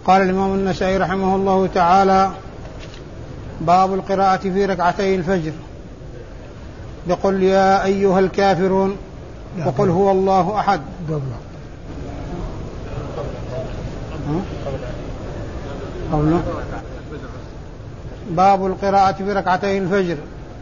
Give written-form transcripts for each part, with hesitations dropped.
قال الإمام النسائي رحمه الله تعالى: باب القراءة في ركعتي الفجر بقل يا أيها الكافرون وقل هو الله أحد. باب القراءة في ركعتي الفجر.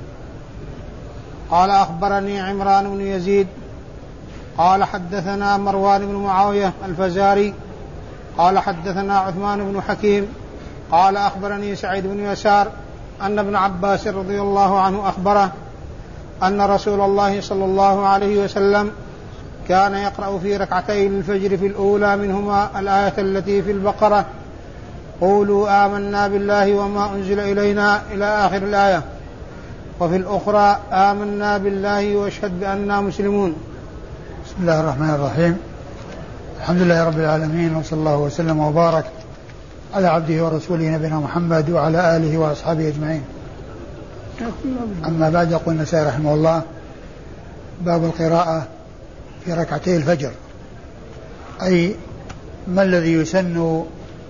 قال: أخبرني عمران بن يزيد قال حدثنا مروان بن معاوية الفزاري قال حدثنا عثمان بن حكيم قال أخبرني سعيد بن يسار أن ابن عباس رضي الله عنه أخبره أن رسول الله صلى الله عليه وسلم كان يقرأ في ركعتي الفجر في الأولى منهما الآية التي في البقرة: قولوا آمنا بالله وما أنزل إلينا إلى آخر الآية، وفي الأخرى آمنا بالله واشهد بأننا مسلمون. بسم الله الرحمن الرحيم. الحمد لله رب العالمين، وصلى الله وسلم وبارك على عبده ورسوله نبينا محمد وعلى آله وأصحابه أجمعين. أما بعد، يقول النسائي رحمه الله: باب القراءة في ركعتي الفجر، أي ما الذي يسن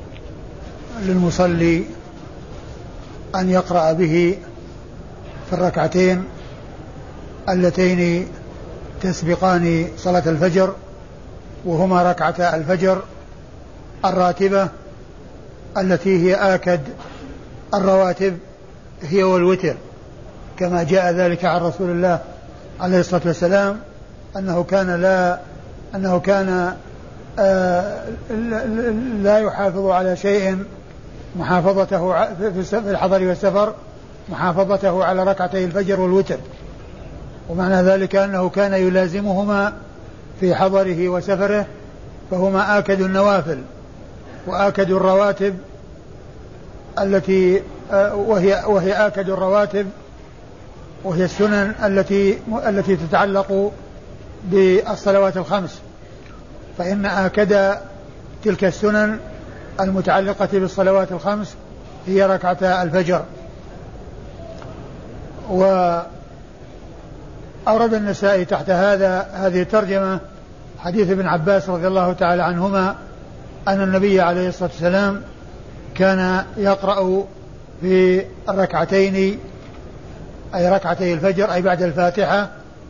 للمصلي أن يقرأ به في الركعتين اللتين تسبقان صلاة الفجر، وهما ركعتا الفجر الراتبة التي هي آكد الرواتب، هي والوتر، كما جاء ذلك عن رسول الله عليه الصلاة والسلام أنه كان لا يحافظ على شيء محافظته في الحضر والسفر، محافظته على ركعتي الفجر والوتر، ومعنى ذلك أنه كان يلازمهما في حضره وسفره، فهما آكد النوافل وآكد الرواتب وهي آكد الرواتب، وهي السنن التي تتعلق بالصلوات الخمس، فإن آكد تلك السنن المتعلقة بالصلوات الخمس هي ركعتا الفجر. وأورد النسائي تحت هذه الترجمة حديث ابن عباس رضي الله تعالى عنهما أن النبي عليه الصلاة والسلام كان يقرأ في الركعتين، أي ركعتي الفجر، أي بعد الفاتحة،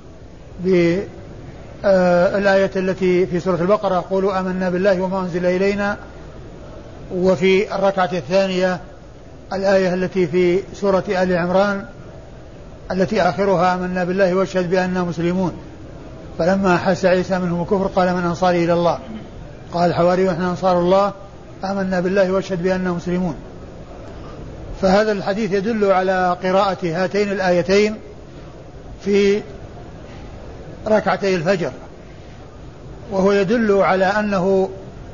بالآية التي في سورة البقرة: قولوا آمنا بالله وما أنزل إلينا، وفي الركعة الثانية الآية التي في سورة آل عمران التي آخرها آمنا بالله واشهد بأننا مسلمون. فلما أحس عيسى منهم الكفر قال: من أنصاري إلى الله؟ قال الحواري: نحن أنصار الله، آمنا بالله واشهد بأننا مسلمون. فهذا الحديث يدل على قراءة هاتين الآيتين في ركعتي الفجر، وهو يدل على أنه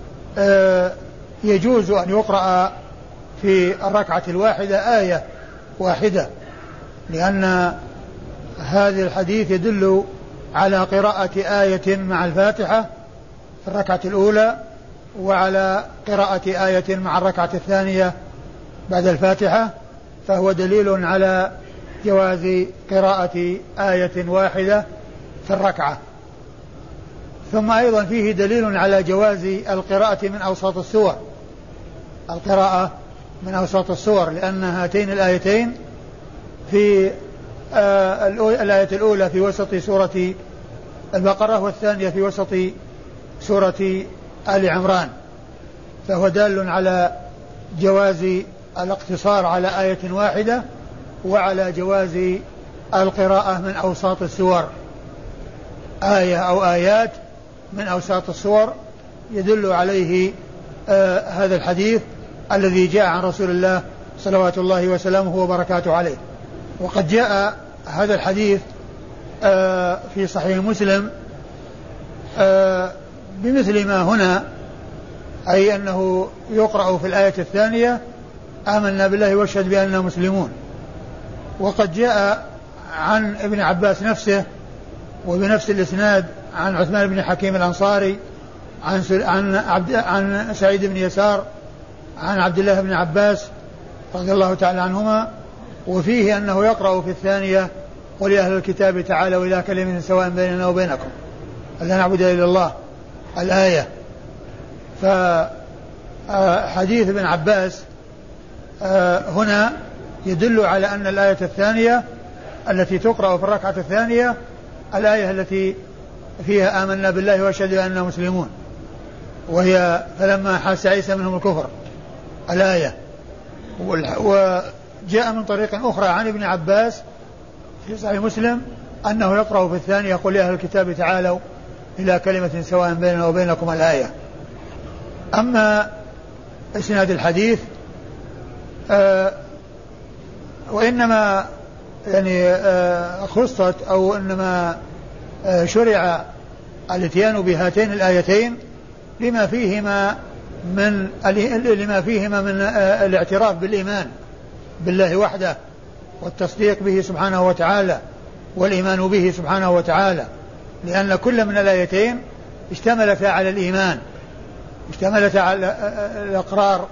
يجوز أن يقرأ في الركعة الواحدة آية واحدة، لأن هذا الحديث يدل على قراءة آية مع الفاتحة في الركعة الأولى، وعلى قراءة آية مع الركعة الثانية بعد الفاتحة، فهو دليل على جواز قراءة آية واحدة في الركعة. ثم أيضا فيه دليل على جواز القراءة من أوساط السور، القراءة من أوساط السور، لأن هاتين الآيتين في الآية الأولى في وسط سورة البقرة، والثانية في وسط سورة آل عمران، فهو دال على جواز الاقتصار على آية واحدة، وعلى جواز القراءة من أوساط السور، آية أو آيات من أوساط السور، يدل عليه هذا الحديث الذي جاء عن رسول الله صلوات الله وسلامه وبركاته عليه. وقد جاء هذا الحديث في صحيح مسلم بمثل ما هنا، أي أنه يقرأ في الآية الثانية: آمنا بالله واشهد بأننا مسلمون. وقد جاء عن ابن عباس نفسه وبنفس الإسناد عن عثمان بن حكيم الأنصاري عن سعيد بن يسار عن عبد الله بن عباس رضي الله تعالى عنهما، وفيه أنه يقرأ في الثانية: قل يا أهل الكتاب تعالوا إلى كلمة سواء بيننا وبينكم ألا نعبد إلا الله، الآية. حديث ابن عباس هنا يدل على أن الآية الثانية التي تقرأ في الركعة الثانية الآية التي فيها آمنا بالله وأشهد أننا مسلمون، وهي فلما حاس عيسى منهم الكفر الآية. وجاء من طريق أخرى عن ابن عباس في صحيح مسلم أنه يقرأ في الثانية يقول يا أهل الكتاب تعالوا إلى كلمة سواء بيننا وبينكم الآية. أما إسناد الحديث وإنما يعني خصت أو إنما شرع الاتيان بهاتين الآيتين لما فيهما من الاعتراف بالإيمان بالله وحده والتصديق به سبحانه وتعالى والإيمان به سبحانه وتعالى، لأن كل من الآيتين اشتملتا على الإيمان، اشتملتا على الإقرار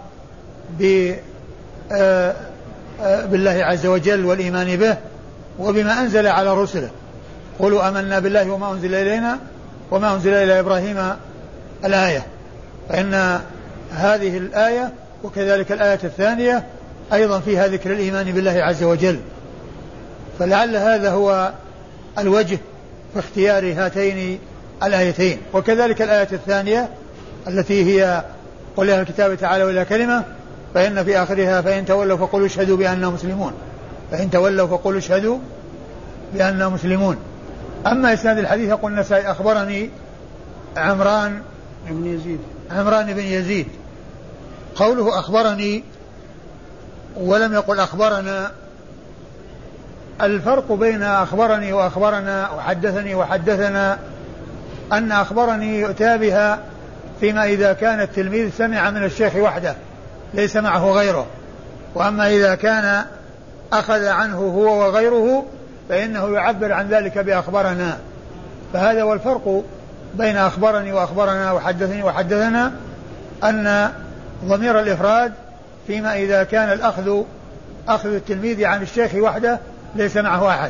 بالله عز وجل والإيمان به وبما أنزل على رسله. قولوا آمنا بالله وما أنزل إلينا وما أنزل إلى إبراهيم الآية. فإن هذه الآية وكذلك الآية الثانية أيضا فيها ذكر الإيمان بالله عز وجل، فلعل هذا هو الوجه في اختيار هاتين الآيتين. وكذلك الآية الثانية التي هي قل يا الكتاب تعالوا إلى كلمة فإن في آخرها فإن تولوا فقولوا اشهدوا بأننا مسلمون، فإن تولوا فقولوا اشهدوا بأننا مسلمون. أما إسناد الحديث يقول النسائي أخبرني عمران بن يزيد. قوله أخبرني ولم يقل أخبرنا، الفرق بين أخبرني وأخبرنا وحدثني وحدثنا أن أخبرني يؤتى بها فيما إذا كان التلميذ سمع من الشيخ وحده ليس معه غيره، وأما إذا كان أخذ عنه هو وغيره فإنه يعبر عن ذلك بأخبرنا. فهذا هو الفرق بين أخبرني وأخبرنا وحدثني وحدثنا، أن ضمير الإفراد فيما إذا كان أخذ التلميذ عن الشيخ وحده ليس معه أحد،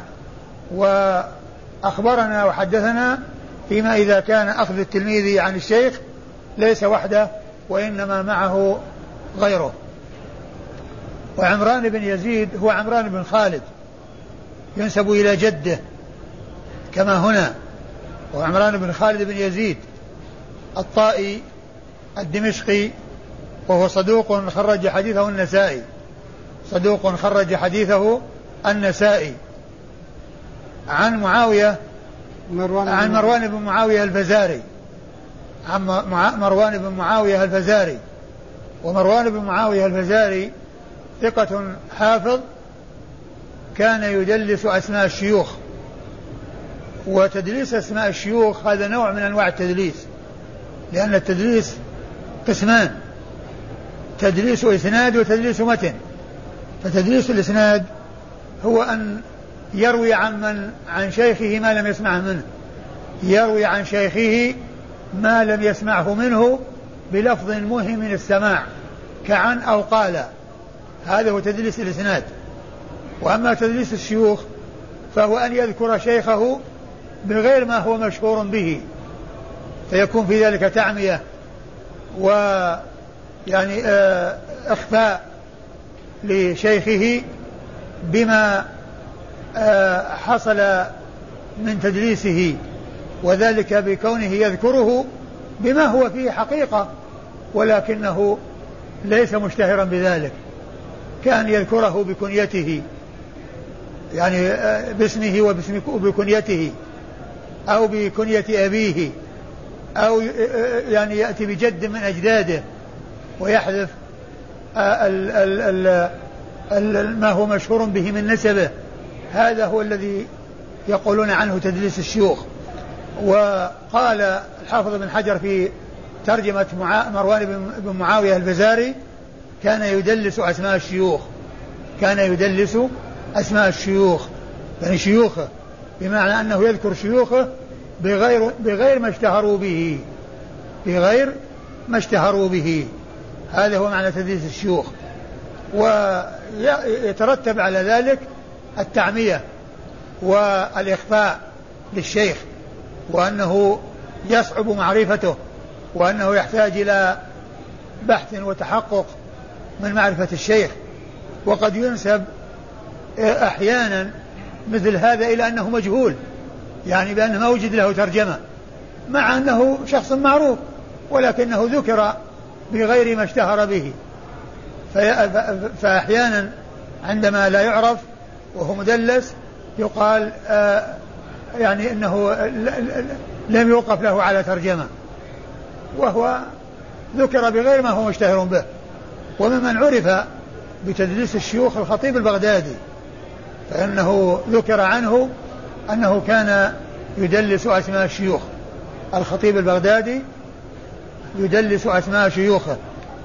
وأخبرنا وحدثنا فيما إذا كان أخذ التلميذ عن الشيخ ليس وحده وإنما معه غيره. وعمران بن يزيد هو عمران بن خالد ينسب إلى جده كما هنا، وعمران بن خالد بن يزيد الطائي الدمشقي، وهو صدوق خرج حديثه النسائي، صدوق خرج حديثه النسائي. عن مروان بن معاوية الفزاري، مروان بن معاوية الفزاري. ومروان بن معاوية الفزاري ثقة حافظ كان يدلس أسماء الشيوخ، وتدليس أسماء الشيوخ هذا نوع من أنواع التدليس، لأن التدليس قسمان، تدليس إسناد وتدليس متن. فتدليس الإسناد هو أن يروي عن شيخه ما لم يسمعه منه، يروي عن شيخه ما لم يسمعه منه بلفظ موهم من السماع كعن أو قال، هذا هو تدليس الإسناد. وأما تدليس الشيوخ فهو أن يذكر شيخه بغير ما هو مشهور به، فيكون في ذلك تعمية ويعني إخفاء لشيخه بما حصل من تدليسه، وذلك بكونه يذكره بما هو فيه حقيقة ولكنه ليس مشتهرا بذلك، كان يذكره بكنيته يعني باسمه وبكنيته أو بكنية أبيه، أو يعني يأتي بجد من أجداده ويحذف ما هو مشهور به من نسبه. هذا هو الذي يقولون عنه تدليس الشيوخ. وقال الحافظ بن حجر في ترجمة مروان بن معاوية الفزاري كان يدلس أسماء الشيوخ، كان يدلس أسماء الشيوخ يعني شيوخه، بمعنى أنه يذكر شيوخه بغير ما اشتهروا به، بغير ما اشتهروا به. هذا هو معنى تدليس الشيوخ. ويترتب على ذلك التعمية والإخفاء للشيخ، وأنه يصعب معرفته، وأنه يحتاج إلى بحث وتحقق من معرفة الشيخ. وقد ينسب أحيانا مثل هذا إلى أنه مجهول، يعني بأنه ما وجد له ترجمة، مع أنه شخص معروف ولكنه ذكر بغير ما اشتهر به. فأحيانا عندما لا يعرف وهو مدلس يقال يعني أنه لم يوقف له على ترجمة، وهو ذكر بغير ما هو مشتهر به. وممن عرف بتدليس الشيوخ الخطيب البغدادي، فإنه ذكر عنه أنه كان يدلس أسماء الشيوخ. الخطيب البغدادي يدلس أسماء شيوخه،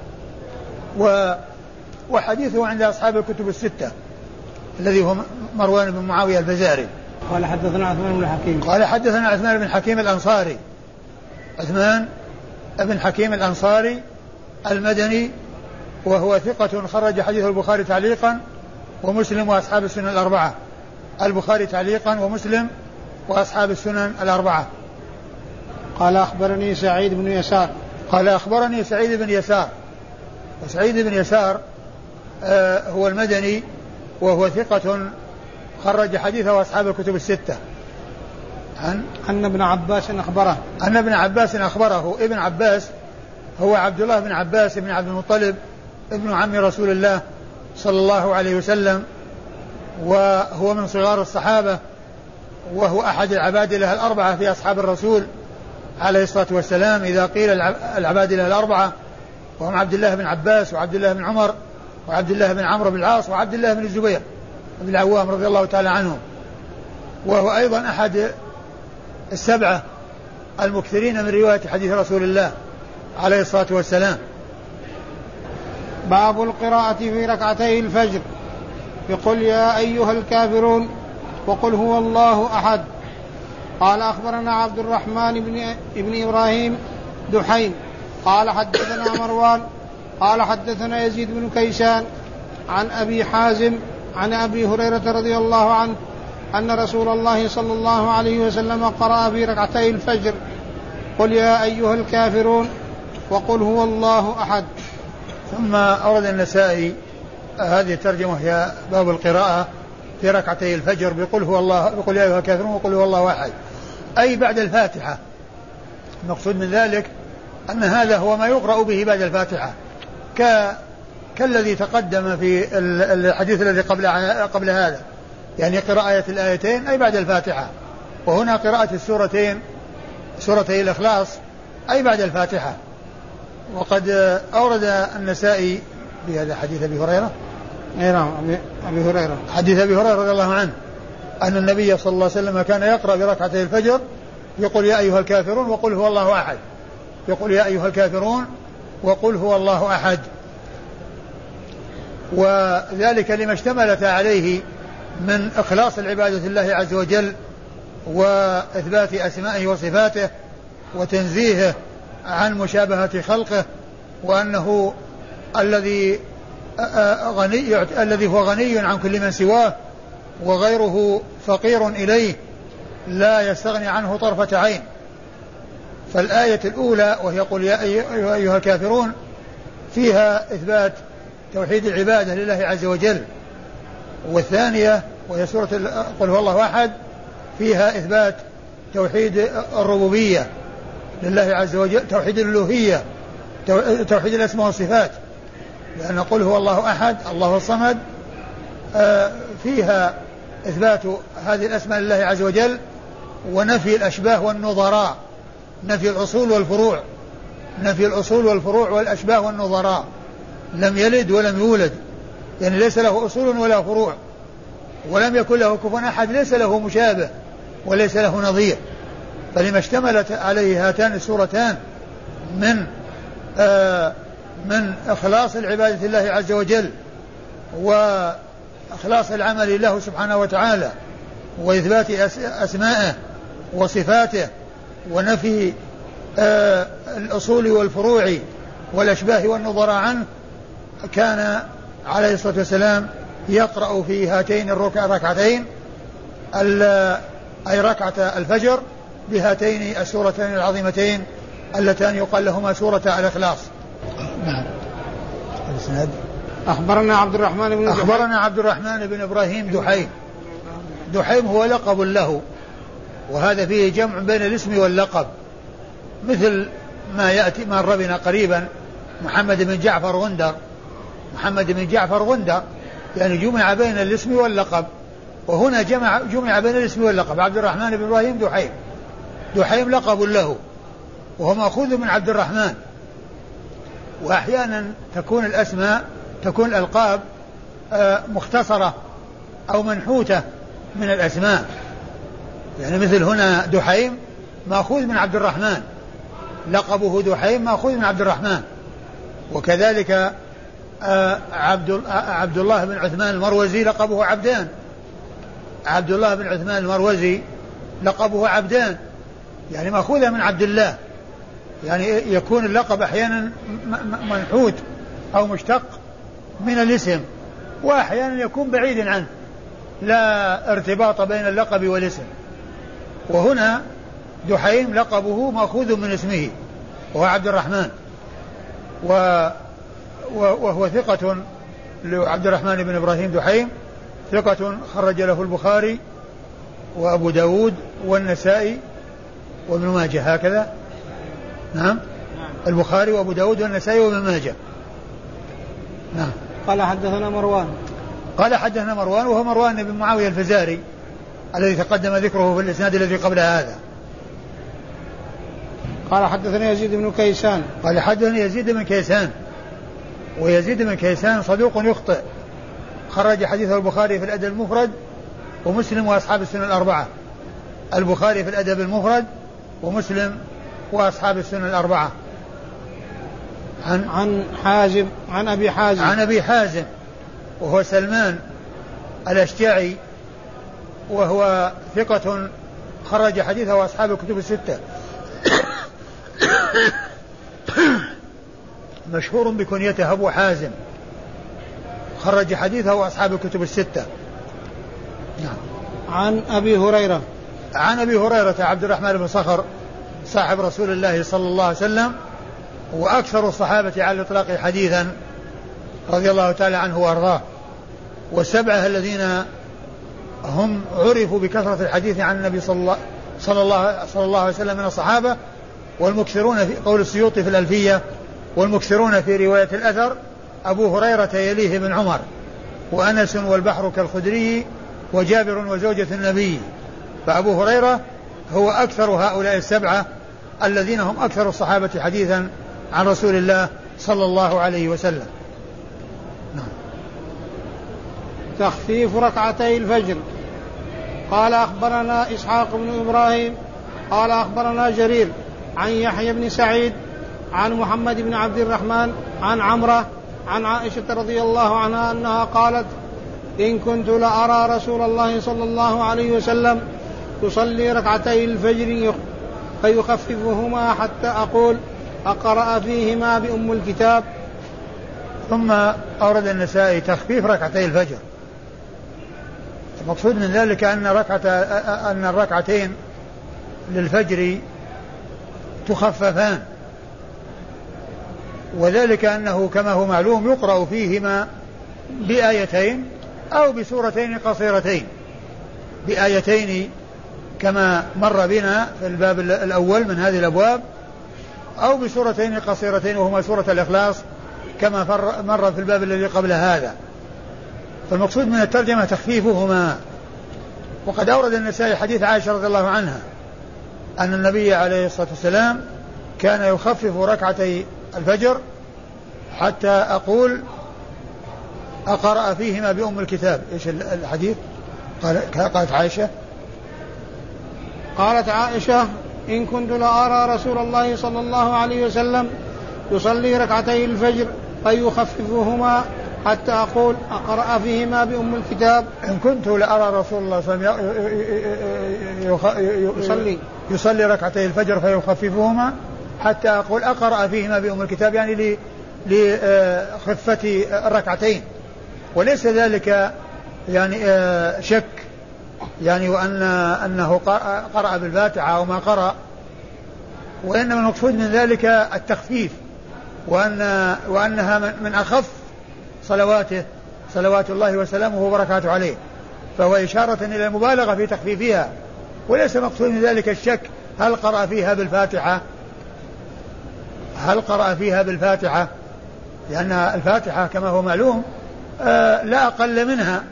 وحديثه عند أصحاب الكتب الستة الذي هو مروان بن معاوية الفزاري. قال حدثنا عثمان بن حكيم. قال حدثنا عثمان بن حكيم الأنصاري، عثمان بن حكيم الأنصاري المدني، وهو ثقة خرج حديث البخاري تعليقا ومسلم وأصحاب السنن الأربعة. البخاري تعليقا ومسلم وأصحاب السنن الأربعة. قال أخبرني سعيد بن يسار. قال أخبرني سعيد بن يسار. وسعيد بن يسار هو المدني، وهو ثقة خرج حديثه أصحاب الكتب الستة. أن ابن عباس أخبره. أن ابن عباس أخبره. ابن عباس هو عبد الله بن عباس بن عبد المطلب ابن عم رسول الله صلى الله عليه وسلم، وهو من صغار الصحابة، وهو أحد العبادلة الأربعة في أصحاب الرسول عليه الصلاة والسلام. إذا قيل العبادلة الأربعة وهم عبد الله بن عباس وعبد الله بن عمر وعبد الله بن عمرو بن العاص وعبد الله بن الزبير بن العوام رضي الله تعالى عنهم. وهو أيضا أحد السبعة المكثرين من رواية حديث رسول الله عليه الصلاة والسلام. باب القراءة في ركعتي الفجر بقل يا أيها الكافرون وقل هو الله أحد. قال أخبرنا عبد الرحمن بن إبراهيم دحيم قال حدثنا مروان قال حدثنا يزيد بن كيسان عن أبي حازم عن أبي هريرة رضي الله عنه أن رسول الله صلى الله عليه وسلم قرأ في ركعتي الفجر قل يا أيها الكافرون وقل هو الله أحد. ثم أورد النسائي هذه الترجمة هي باب القراءة في ركعتي الفجر بقل هو الله، بقل يا أيها الكافرون وقل هو الله أحد، أي بعد الفاتحة. المقصود من ذلك أن هذا هو ما يقرأ به بعد الفاتحة، كالذي تقدم في الحديث الذي قبل هذا، يعني قراءة الآيتين أي بعد الفاتحة. وهنا قراءة السورتين سورتي الإخلاص أي بعد الفاتحة. وقد أورد النسائي بهذا حديث أبي هريرة. أبي هريرة حديث أبي هريرة رضي الله عنه أن النبي صلى الله عليه وسلم كان يقرأ بركعتي الفجر يقول يا أيها الكافرون وقل هو الله أحد، يقول يا أيها الكافرون وقل هو الله أحد. وذلك لما اشتملت عليه من إخلاص العبادة لله عز وجل وإثبات أسمائه وصفاته وتنزيهه عن مشابهة خلقه، وأنه الذي هو غني عن كل من سواه وغيره فقير إليه لا يستغني عنه طرفة عين. فالآية الأولى وهي قل يا أيها الكافرون فيها إثبات توحيد العبادة لله عز وجل، والثانية وهي سورة قل هو الله أحد فيها إثبات توحيد الربوبية لله عز وجل، توحيد الألوهية، توحيد الأسماء والصفات، لأن قل هو الله أحد الله الصمد فيها إثبات هذه الأسماء لله عز وجل ونفي الأشباه والنظراء، نفي الأصول والفروع، نفي الأصول والفروع والأشباه والنظراء. لم يلد ولم يولد، يعني ليس له أصول ولا فروع، ولم يكن له كفوا أحد، ليس له مشابه وليس له نظير. فلما اشتملت عليه هاتان السورتان من إخلاص العبادة لله عز وجل وإخلاص العمل لله سبحانه وتعالى وإثبات أسمائه وصفاته ونفي الأصول والفروع والأشباه والنظراء عنه، كان عليه الصلاة والسلام يقرأ في هاتين الركعتين أي ركعة الفجر بهاتين السورتين العظيمتين اللتان يقال لهما سورة الإخلاص. نعم. الإسناد. أخبرنا عبد الرحمن بن إبراهيم دحيم هو لقب له، وهذا فيه جمع بين الاسم واللقب، مثل ما يأتي مر بنا قريبا محمد بن جعفر غندر، يعني جمع بين الاسم واللقب، وهنا جمع بين الاسم واللقب. عبد الرحمن بن إبراهيم دحيم لقب له، وهو مأخوذ من عبد الرحمن. وأحيانا تكون الألقاب مختصرة أو منحوتة من الأسماء، يعني مثل هنا دحيم مأخوذ من عبد الرحمن، لقبه دحيم مأخوذ من عبد الرحمن. وكذلك عبد الله بن عثمان المروزي لقبه عبدان، يعني مأخوذة من عبد الله، يعني يكون اللقب أحيانا منحوت أو مشتق من الاسم، وأحيانا يكون بعيد عنه، لا ارتباط بين اللقب والاسم. وهنا دحيم لقبه مأخوذ من اسمه وهو عبد الرحمن، وهو ثقة، لعبد الرحمن بن إبراهيم دحيم ثقة خرج له البخاري وأبو داود والنسائي وابن ماجه، هكذا. نعم، البخاري وأبو داود والنسائي وابن ماجه. نعم. قال حدثنا مروان وهو مروان بن معاوية الفزاري الذي تقدم ذكره في الإسناد الذي قبل هذا. قال حدثني يزيد بن كيسان ويزيد بن كيسان صدوق يخطئ، خرج حديثه البخاري في الأدب المفرد ومسلم وأصحاب السنن الأربعة. البخاري في الأدب المفرد ومسلم وأصحاب السنن الأربعة. عن أبي حازم وهو سلمان الأشجعي، وهو ثقة خرج حديثه وأصحاب الكتب الستة. مشهور بكنيته أبو حازم، خرج حديثه وأصحاب الكتب الستة. نعم. عن أبي هريرة عبد الرحمن بن صخر صاحب رسول الله صلى الله عليه وسلم، وأكثر الصحابة على الإطلاق حديثا رضي الله تعالى عنه وأرضاه، والسبعة الذين هم عرفوا بكثرة الحديث عن النبي صلى الله عليه وسلم من الصحابة، والمكثرون في قول السيوطي في الألفية، والمكثرون في رواية الأثر أبو هريرة يليه بن عمر، وأنس والبحر كالخدري وجابر وزوجة النبي. فأبو هريرة هو أكثر هؤلاء السبعة الذين هم أكثر الصحابة حديثا عن رسول الله صلى الله عليه وسلم. نعم. تخفيف ركعتي الفجر. قال أخبرنا إسحاق بن إبراهيم قال أخبرنا جرير عن يحيى بن سعيد عن محمد بن عبد الرحمن عن عمرة عن عائشة رضي الله عنها أنها قالت: إن كنت لأرى رسول الله صلى الله عليه وسلم يصلي ركعتي الفجر فيخففهما حتى أقول: أقرأ فيهما بأم الكتاب. ثم أورد النسائي تخفيف ركعتي الفجر. المقصود من ذلك أن الركعتين للفجر تخففان، وذلك أنه كما هو معلوم يقرأ فيهما بآيتين أو بسورتين قصيرتين، بآيتين كما مر بنا في الباب الأول من هذه الأبواب، أو بسورتين قصيرتين وهما سورة الإخلاص كما مر في الباب الذي قبل هذا. فالمقصود من الترجمة تخفيفهما. وقد أورد النسائي حديث عائشة رضي الله عنها أن النبي عليه الصلاة والسلام كان يخفف ركعتي الفجر حتى أقول: أقرأ فيهما بأم الكتاب. إيش الحديث؟ قالت عائشة: إن كنت لأرى رسول الله صلى الله عليه وسلم يصلي ركعتي الفجر فيخففهما حتى أقول: أقرأ فيهما بأم الكتاب. إن كنت لأرى رسول الله صلى الله عليه وسلم يصلي ركعتي الفجر فيخففهما حتى أقول: أقرأ فيهما بأم الكتاب، يعني لخفة الركعتين، وليس ذلك يعني شك، يعني وأنه قرأ بالفاتحة أو ما قرأ، وإنما المقصود من ذلك التخفيف، وأنها من أخف صلواته صلوات الله وسلامه وبركاته عليه، فهو إشارة إلى المبالغة في تخفيفها، وليس مقصود من ذلك الشك هل قرأ فيها بالفاتحة، لأن الفاتحة كما هو معلوم لا أقل منها،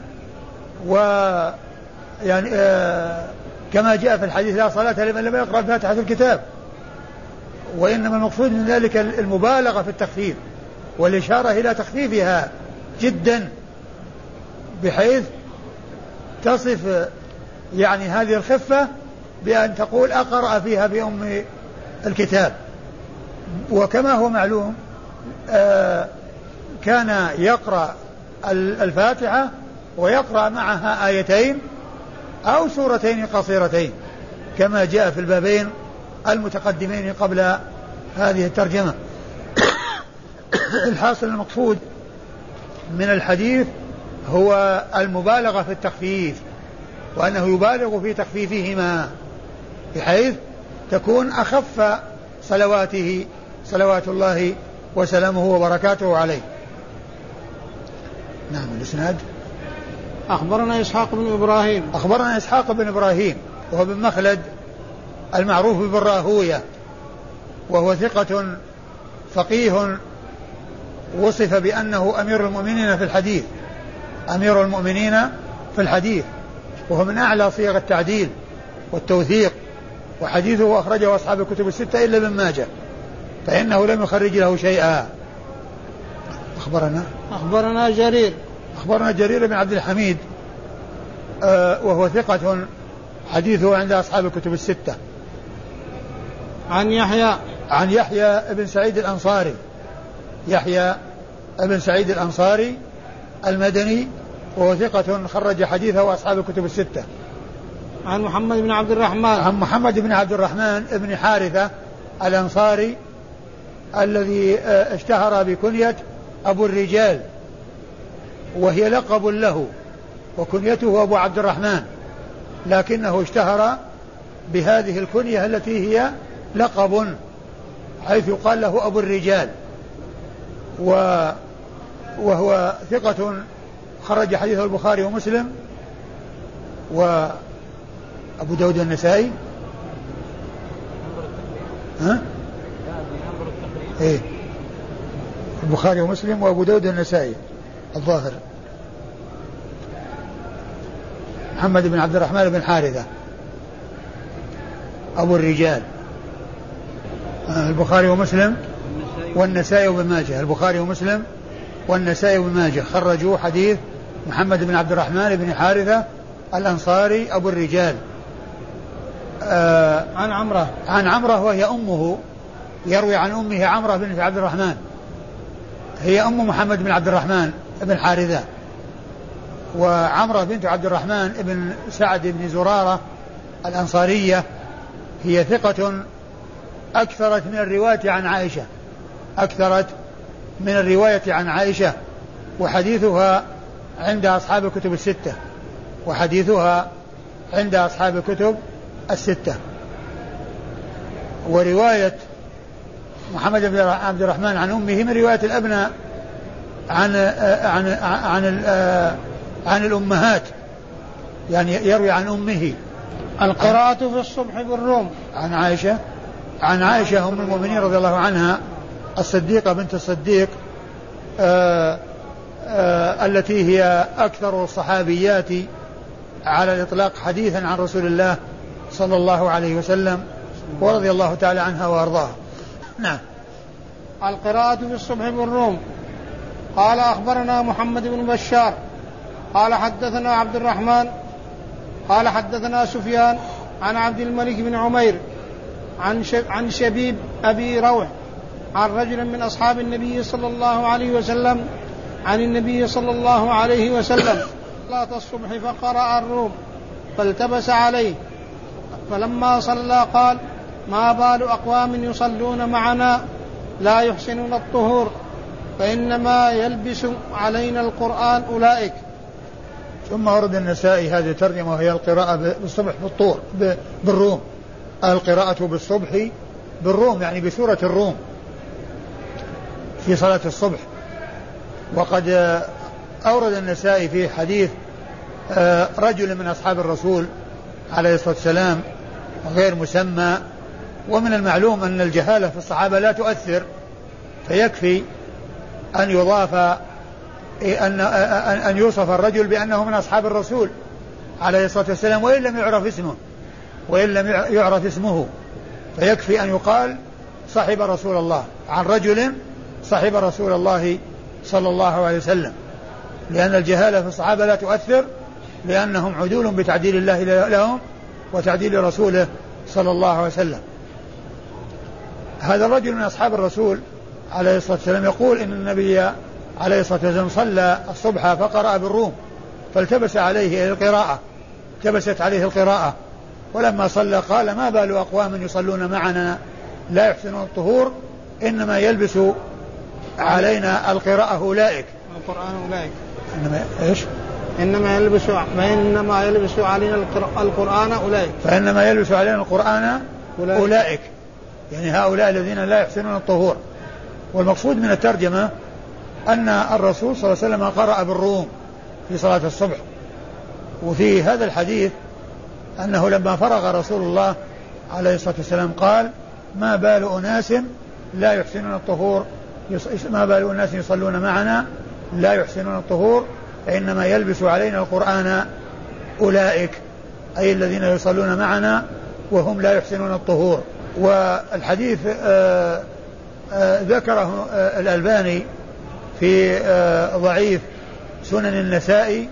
يعني كما جاء في الحديث لا صلاة لمن لم يقرأ فاتحة الكتاب، وإنما المقصود من ذلك المبالغة في التخفيف والإشارة إلى تخفيفها جدا، بحيث تصف يعني هذه الخفة بأن تقول أقرأ فيها بأم الكتاب. وكما هو معلوم كان يقرأ الفاتحة ويقرأ معها آيتين أو سورتين قصيرتين كما جاء في البابين المتقدمين قبل هذه الترجمة. الحاصل المقصود من الحديث هو المبالغة في التخفيف، وأنه يبالغ في تخفيفهما بحيث تكون أخف صلواته صلوات الله وسلامه وبركاته عليه. نعم. الإسناد أخبرنا إسحاق بن إبراهيم وهو بن مخلد المعروف بالراهوية، وهو ثقة فقيه وصف بأنه أمير المؤمنين في الحديث، وهو من أعلى صيغ التعديل والتوثيق، وحديثه أخرجه أصحاب الكتب الستة إلا ابن ماجه، فإنه لم يخرج له شيئا. أخبرنا جرير بن عبد الحميد وهو ثقة حديثه عند أصحاب الكتب الستة. عن يحيى بن سعيد الأنصاري المدني، وهو ثقة خرج حديثه أصحاب الكتب الستة. عن محمد بن عبد الرحمن بن حارثة الأنصاري الذي اشتهر بكنية أبو الرجال، وهي لقب له، وكنيته أبو عبد الرحمن، لكنه اشتهر بهذه الكنية التي هي لقب، حيث يقال له أبو الرجال، وهو ثقة خرج حديثه البخاري ومسلم وأبو داود النسائي. البخاري ومسلم وأبو داود النسائي الظاهر. محمد بن عبد الرحمن بن حارثة أبو الرجال. البخاري ومسلم والنسائي وابن ماجه. البخاري ومسلم والنسائي وابن ماجه خرجوا حديث محمد بن عبد الرحمن بن حارثة الأنصاري أبو الرجال. عن عمرة وهي أمه، يروي عن أمه عمرة بنت عبد الرحمن، هي أم محمد بن عبد الرحمن بن حارثة. وعمرة بنت عبد الرحمن بن سعد بن زرارة الأنصارية هي ثقة أكثرت من الرواية عن عائشة، وحديثها عند أصحاب الكتب الستة. ورواية محمد بن عبد الرحمن عن أمه من رواية الأبناء عن الأمهات، يعني يروي عن أمه. القراءة في الصبح بالروم. عن عائشة أم المؤمنين رضي الله عنها الصديقة بنت الصديق التي هي أكثر الصحابيات على الإطلاق حديثا عن رسول الله صلى الله عليه وسلم، ورضي الله تعالى عنها وأرضاها. نعم. القراءة في الصبح بالروم. قال أخبرنا محمد بن بشار قال حدثنا عبد الرحمن قال حدثنا سفيان عن عبد الملك بن عمير عن شبيب أبي روح عن رجل من أصحاب النبي صلى الله عليه وسلم عن النبي صلى الله عليه وسلم صلاة الصبح فقرأ الروم فالتبس عليه، فلما صلى قال: ما بال أقوام يصلون معنا لا يحسنون الطهور فإنما يلبس علينا القرآن أولئك. ثم ورد النسائي هذه الترجمة وهي القراءة بالصبح بالروم. القراءة بالصبح بالروم يعني بسورة الروم في صلاة الصبح. وقد أورد النسائي في حديث رجل من أصحاب الرسول عليه الصلاة والسلام غير مسمى. ومن المعلوم أن الجهالة في الصحابة لا تؤثر، فيكفي أن يضاف أن يوصف الرجل بأنه من أصحاب الرسول عليه الصلاة والسلام وإن لم يعرف اسمه فيكفي أن يقال صحب رسول الله، عن رجل صحب رسول الله صلى الله عليه وسلم، لأن الجهالة في الصحابة لا تؤثر، لأنهم عدول بتعديل الله لهم وتعديل رسوله صلى الله عليه وسلم. هذا الرجل من أصحاب الرسول عليه الصلاة والسلام يقول إن النبي عليه الصلاة والسلام صلى الصبح فقرأ بالروم فالتبست عليه القراءة، ولما صلى قال: ما بال أقوام يصلون معنا لا يحسنون الطهور، إنما يلبس علينا القراءة أولئك. إنما يلبس علينا القرآن أولئك. فإنما يلبس علينا القرآن أولئك، يعني هؤلاء الذين لا يحسنون الطهور. والمقصود من الترجمة أن الرسول صلى الله عليه وسلم قرأ بالروم في صلاة الصبح. وفي هذا الحديث أنه لما فرغ رسول الله عليه الصلاة والسلام قال: ما بال أناس لا يحسنون الطهور، ما بال أناس يصلون معنا لا يحسنون الطهور، إنما يلبس علينا القرآن أولئك، أي الذين يصلون معنا وهم لا يحسنون الطهور. والحديث ذكره الألباني في ضعيف سنن النسائي،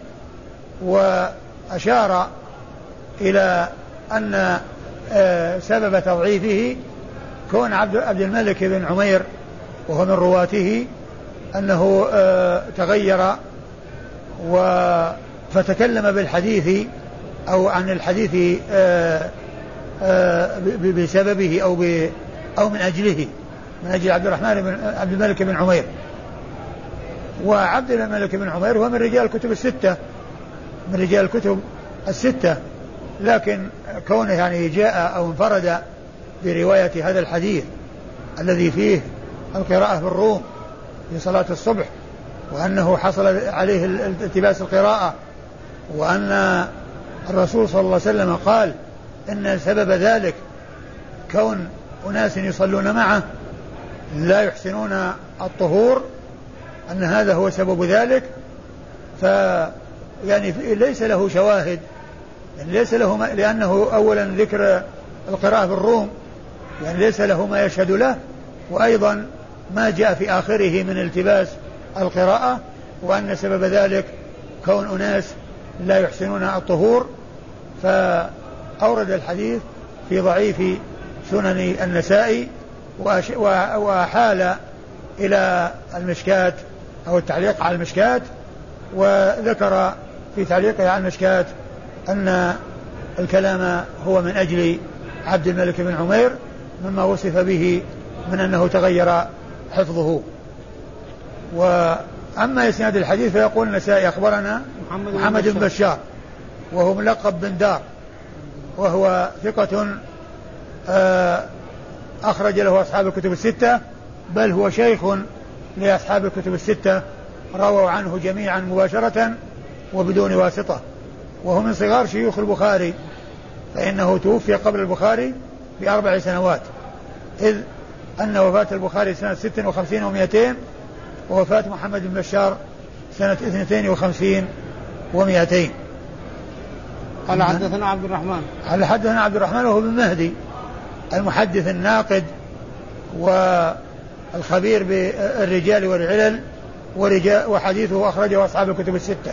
وأشار إلى أن سبب تضعيفه كون عبد الملك بن عمير وهو من رواته أنه تغير فتكلم بالحديث أو عن الحديث بسببه أو من أجله، من أجل عبد الملك بن عمير. وعبد الملك بن عمير هو من رجال الكتب الستة، لكن كونه يعني جاء أو انفرد برواية هذا الحديث الذي فيه القراءة بالروم في صلاة الصبح، وأنه حصل عليه التباس القراءة، وأن الرسول صلى الله عليه وسلم قال إن سبب ذلك كون أناس يصلون معه لا يحسنون الطهور، أن هذا هو سبب ذلك. يعني ليس له شواهد، يعني ليس له لأنه أولا ذكر القراءة بالروم يعني ليس له ما يشهد له، وأيضا ما جاء في آخره من التباس القراءة، وأن سبب ذلك كون أناس لا يحسنون الطهور. فأورد الحديث في ضعيف سنن النسائي وحال إلى المشكاة أو التعليق على المشكاة، وذكر في تعليقه على المشكاة أن الكلام هو من أجل عبد الملك بن عمير مما وصف به من أنه تغير حفظه. وأما إسناد الحديث فيقول النسائي: أخبرنا محمد بن بشار وهو ملقب بن دار، وهو ثقة أخرج له أصحاب الكتب الستة، بل هو شيخ لأصحاب الكتب الستة، رووا عنه جميعا مباشرة وبدون واسطة، وهو من صغار شيوخ البخاري، فإنه توفي قبل البخاري ب4 سنوات، إذ أن وفاة البخاري سنة 56 و200، ووفاة محمد بن بشار سنة 52 و200. قال حدثنا عبد الرحمن وهو بن مهدي المحدث الناقد والخبير بالرجال والعلل وحديثه أخرجه أصحاب الكتب الستة.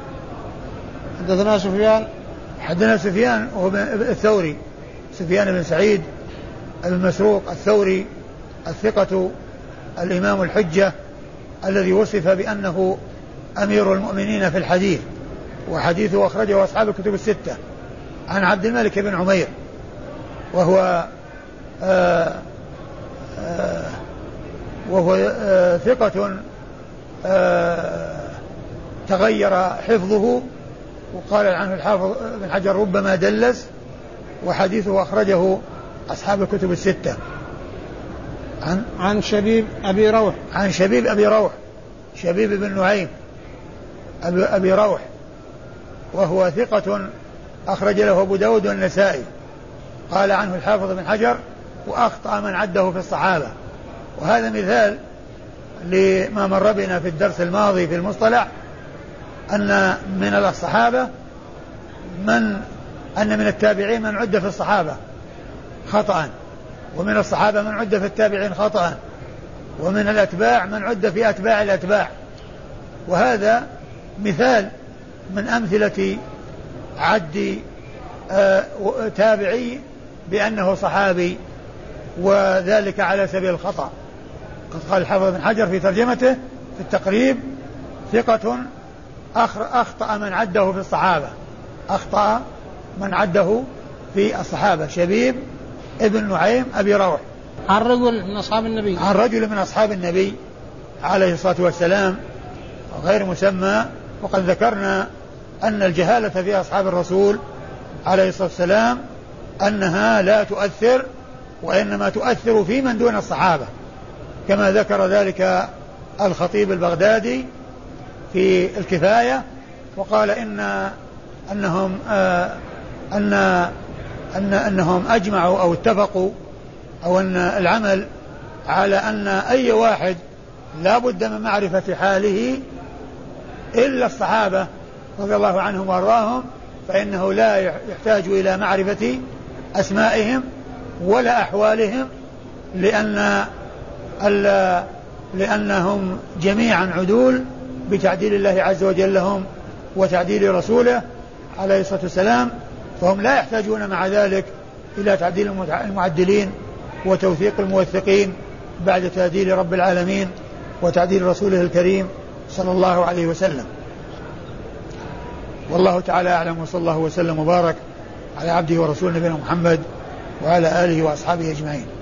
حدثنا سفيان وهو الثوري، سفيان بن سعيد بن مسروق الثوري الثقة الإمام الحجة الذي وصف بأنه أمير المؤمنين في الحديث، وحديثه أخرجه أصحاب الكتب الستة، عن عبد الملك بن عمير، وهو ثقة تغير حفظه، وقال عنه الحافظ بن حجر ربما دلس، وحديثه أخرجه أصحاب الكتب الستة. عن شبيب أبي روح. شبيب بن نعيم أبي روح، وهو ثقة أخرج له أبو داود والنسائي. قال عنه الحافظ بن حجر: وأخطأ من عده في الصحابة. وهذا مثال لما مر بنا في الدرس الماضي في المصطلح، أن من الصحابة أن من التابعين من عد في الصحابة خطأ، ومن الصحابة من عد في التابعين خطأ، ومن الأتباع من عد في أتباع الأتباع. وهذا مثال من أمثلة عد تابعي بأنه صحابي، وذلك على سبيل الخطأ. قد قال الحافظ بن حجر في ترجمته في التقريب: ثقة أخطأ من عده في الصحابة. أخطأ من عده في الصحابة شبيب ابن نعيم أبي روح، عن رجل من أصحاب النبي، عن رجل من أصحاب النبي عليه الصلاة والسلام غير مسمى. وقد ذكرنا أن الجهالة في أصحاب الرسول عليه الصلاة والسلام أنها لا تؤثر، وإنما تؤثر في من دون الصحابة، كما ذكر ذلك الخطيب البغدادي في الكفاية، وقال أنهم أجمعوا أو اتفقوا، أو أن العمل على أن أي واحد لا بد من معرفة حاله إلا الصحابة رضي الله عنهم وارضاهم، فإنه لا يحتاج إلى معرفة أسمائهم ولا أحوالهم، لأنهم جميعا عدول بتعديل الله عز وجل لهم وتعديل رسوله عليه الصلاة والسلام، فهم لا يحتاجون مع ذلك إلى تعديل المعدلين وتوثيق الموثقين بعد تعديل رب العالمين وتعديل رسوله الكريم صلى الله عليه وسلم. والله تعالى أعلم، وصلى الله وسلم وبارك على عبده ورسوله نبينا محمد وعلى آله وأصحابه أجمعين.